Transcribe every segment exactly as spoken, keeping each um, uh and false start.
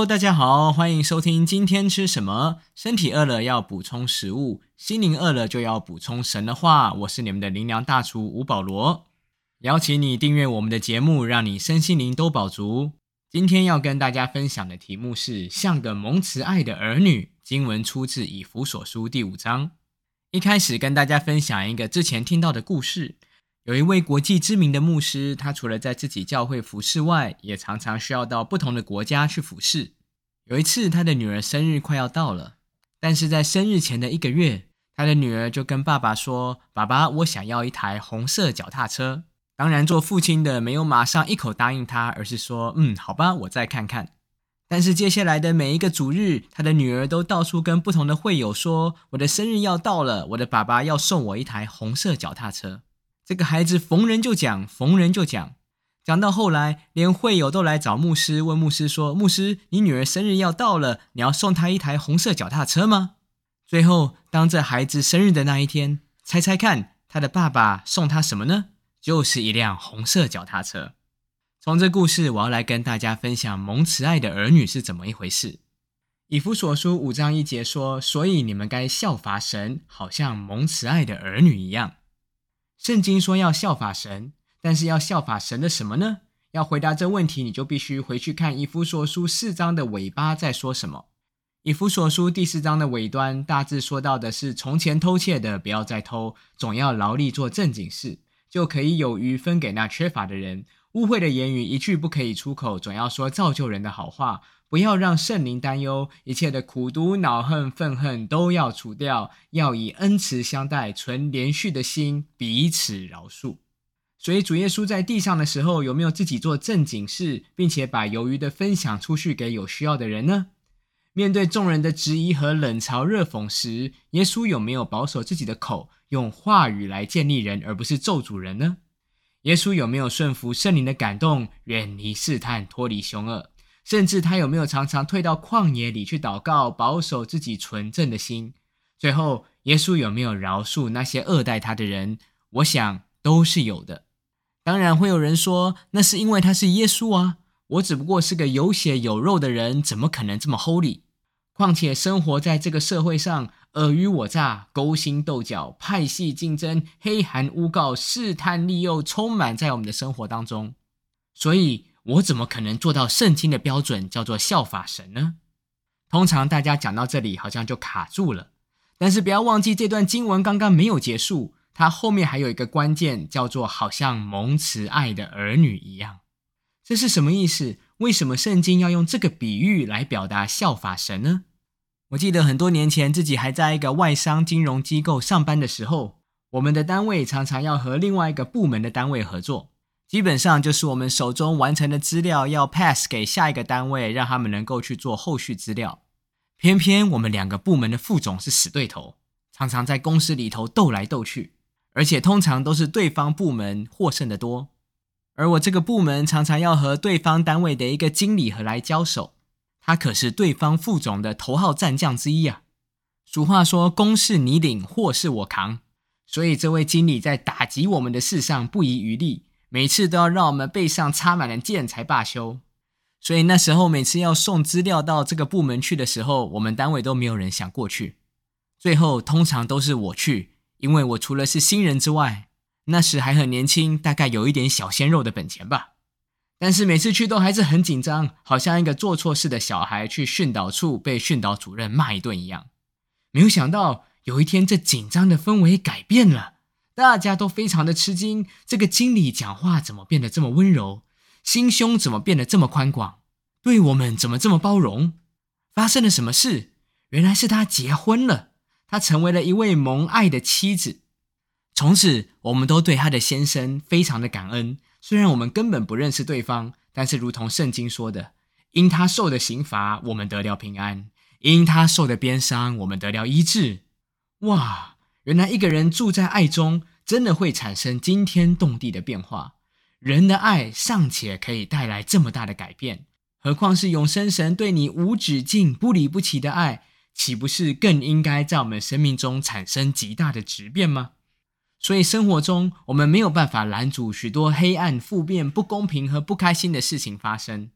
Hello， 大家好，欢迎收听今天吃什么。身体饿了要补充食物，心灵饿了就要补充神的话。我是你们的灵粮大厨吴保罗，邀请你订阅我们的节目，让你身心灵都饱足。今天要跟大家分享的题目是像个蒙慈爱的儿女，经文出自以弗所书第五章。一开始跟大家分享一个之前听到的故事。有一位国际知名的牧师，他除了在自己教会服侍外，也常常需要到不同的国家去服侍。有一次，他的女儿生日快要到了，但是在生日前的一个月，他的女儿就跟爸爸说：爸爸，我想要一台红色脚踏车。当然，做父亲的没有马上一口答应他，而是说：嗯，好吧，我再看看。但是接下来的每一个主日，他的女儿都到处跟不同的会友说：我的生日要到了，我的爸爸要送我一台红色脚踏车。这个孩子逢人就讲，逢人就讲，讲到后来，连会友都来找牧师，问牧师说：牧师，你女儿生日要到了，你要送她一台红色脚踏车吗？最后，当这孩子生日的那一天，猜猜看，他的爸爸送他什么呢？就是一辆红色脚踏车。从这故事，我要来跟大家分享蒙慈爱的儿女是怎么一回事。以弗所书五章一节说：所以你们该效法神，好像蒙慈爱的儿女一样。圣经说要效法神，但是要效法神的什么呢？要回答这问题，你就必须回去看以弗所书四章的尾巴在说什么。以弗所书第四章的尾端大致说到的是：从前偷窃的不要再偷，总要劳力做正经事，就可以有余分给那缺乏的人。污秽的言语一句不可以出口，总要说造就人的好话，不要让圣灵担忧，一切的苦毒、恼恨、愤恨都要除掉，要以恩慈相待，存连续的心，彼此饶恕。所以主耶稣在地上的时候，有没有自己做正经事，并且把有余的分享出去给有需要的人呢？面对众人的质疑和冷嘲热讽时，耶稣有没有保守自己的口，用话语来建立人，而不是咒诅人呢？耶稣有没有顺服圣灵的感动，远离试探，脱离凶恶？甚至他有没有常常退到旷野里去祷告，保守自己纯正的心？最后，耶稣有没有饶恕那些恶待他的人？我想都是有的。当然会有人说，那是因为他是耶稣啊，我只不过是个有血有肉的人，怎么可能这么 holy？ 况且生活在这个社会上，尔虞我诈、勾心斗角、派系竞争、黑函诬告、试探利诱，充满在我们的生活当中。所以我怎么可能做到圣经的标准，叫做效法神呢？通常大家讲到这里好像就卡住了，但是不要忘记这段经文刚刚没有结束，它后面还有一个关键，叫做好像蒙慈爱的儿女一样。这是什么意思？为什么圣经要用这个比喻来表达效法神呢？我记得很多年前自己还在一个外商金融机构上班的时候，我们的单位常常要和另外一个部门的单位合作，基本上就是我们手中完成的资料要 pass 给下一个单位，让他们能够去做后续资料。偏偏我们两个部门的副总是死对头，常常在公司里头斗来斗去，而且通常都是对方部门获胜的多。而我这个部门常常要和对方单位的一个经理和来交手，他可是对方副总的头号战将之一啊。俗话说，公事你领，货是我扛，所以这位经理在打击我们的事上不遗余力，每次都要让我们背上插满了箭才罢休。所以那时候每次要送资料到这个部门去的时候，我们单位都没有人想过去。最后通常都是我去，因为我除了是新人之外，那时还很年轻，大概有一点小鲜肉的本钱吧。但是每次去都还是很紧张，好像一个做错事的小孩去训导处被训导主任骂一顿一样。没有想到有一天这紧张的氛围改变了，大家都非常的吃惊，这个经理讲话怎么变得这么温柔，心胸怎么变得这么宽广，对我们怎么这么包容？发生了什么事？原来是他结婚了，他成为了一位蒙爱的妻子。从此我们都对他的先生非常的感恩，虽然我们根本不认识对方，但是如同圣经说的，因他受的刑罚我们得了平安，因他受的鞭伤我们得了医治。哇，原来一个人住在爱中，真的会产生惊天动地的变化。人的爱尚且可以带来这么大的改变，何况是永生神对你无止境不离不弃的爱，岂不是更应该在我们生命中产生极大的质变吗？所以生活中我们没有办法拦阻许多黑暗、负面、不公平和不开心的事情发生。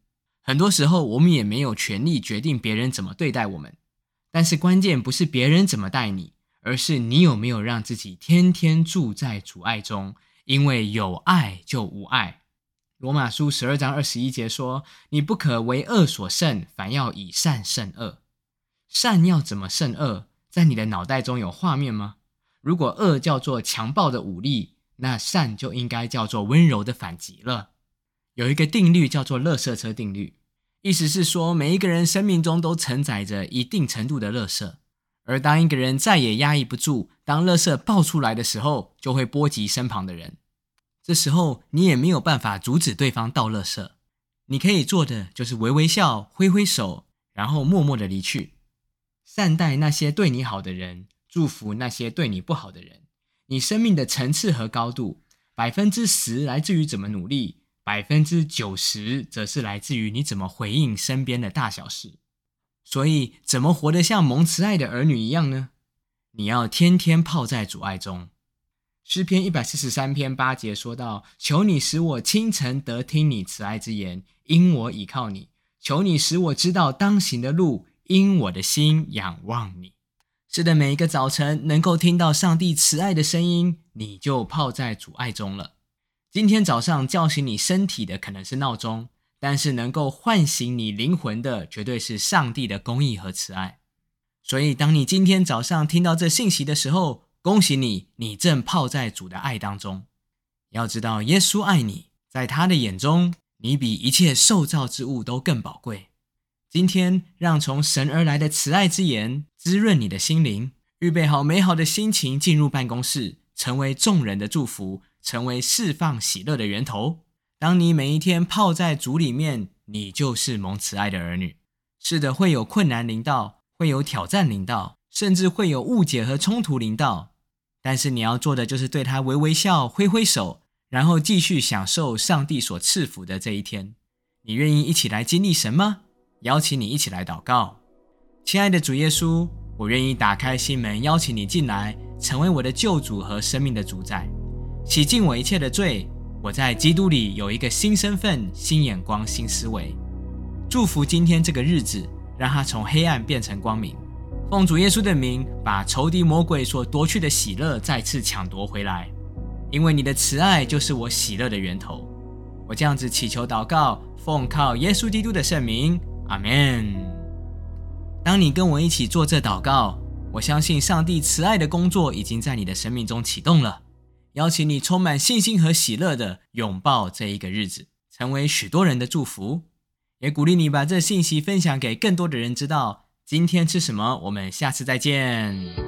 很多时候我们也没有权利决定别人怎么对待我们，但是关键不是别人怎么待你，而是你有没有让自己天天住在主爱中，因为有爱就无碍。罗马书十二章二十一节说，你不可为恶所胜，反要以善胜恶。善要怎么胜恶？在你的脑袋中有画面吗？如果恶叫做强暴的武力，那善就应该叫做温柔的反击了。有一个定律叫做垃圾车定律，意思是说每一个人生命中都承载着一定程度的垃圾，而当一个人再也压抑不住，当垃圾爆出来的时候，就会波及身旁的人。这时候你也没有办法阻止对方倒垃圾，你可以做的就是微微笑，挥挥手，然后默默的离去。善待那些对你好的人，祝福那些对你不好的人。你生命的层次和高度，百分之十来自于怎么努力，百分之九十则是来自于你怎么回应身边的大小事。所以，怎么活得像蒙慈爱的儿女一样呢？你要天天泡在主爱中。诗篇一百四十三篇八节说到，求你使我清晨得听你慈爱之言，因我倚靠你。求你使我知道当行的路，因我的心仰望你。是的，每一个早晨能够听到上帝慈爱的声音，你就泡在主爱中了。今天早上叫醒你身体的可能是闹钟，但是能够唤醒你灵魂的绝对是上帝的公义和慈爱。所以当你今天早上听到这信息的时候，恭喜你，你正泡在主的爱当中。要知道耶稣爱你，在他的眼中，你比一切受造之物都更宝贵。今天让从神而来的慈爱之言滋润你的心灵，预备好美好的心情进入办公室，成为众人的祝福，成为释放喜乐的源头。当你每一天泡在主里面，你就是蒙慈爱的儿女。是的，会有困难临到，会有挑战临到，甚至会有误解和冲突临到，但是你要做的就是对他微微笑，挥挥手，然后继续享受上帝所赐福的这一天。你愿意一起来经历神吗？邀请你一起来祷告。亲爱的主耶稣，我愿意打开心门，邀请你进来，成为我的救主和生命的主宰，洗净我一切的罪。我在基督里有一个新身份、新眼光、新思维。祝福今天这个日子，让它从黑暗变成光明。奉主耶稣的名，把仇敌魔鬼所夺去的喜乐再次抢夺回来，因为你的慈爱就是我喜乐的源头。我这样子祈求祷告，奉靠耶稣基督的圣名，阿们。当你跟我一起做这祷告，我相信上帝慈爱的工作已经在你的生命中启动了。邀请你充满信心和喜乐的拥抱这一个日子，成为许多人的祝福。也鼓励你把这信息分享给更多的人知道。今天吃什么？我们下次再见。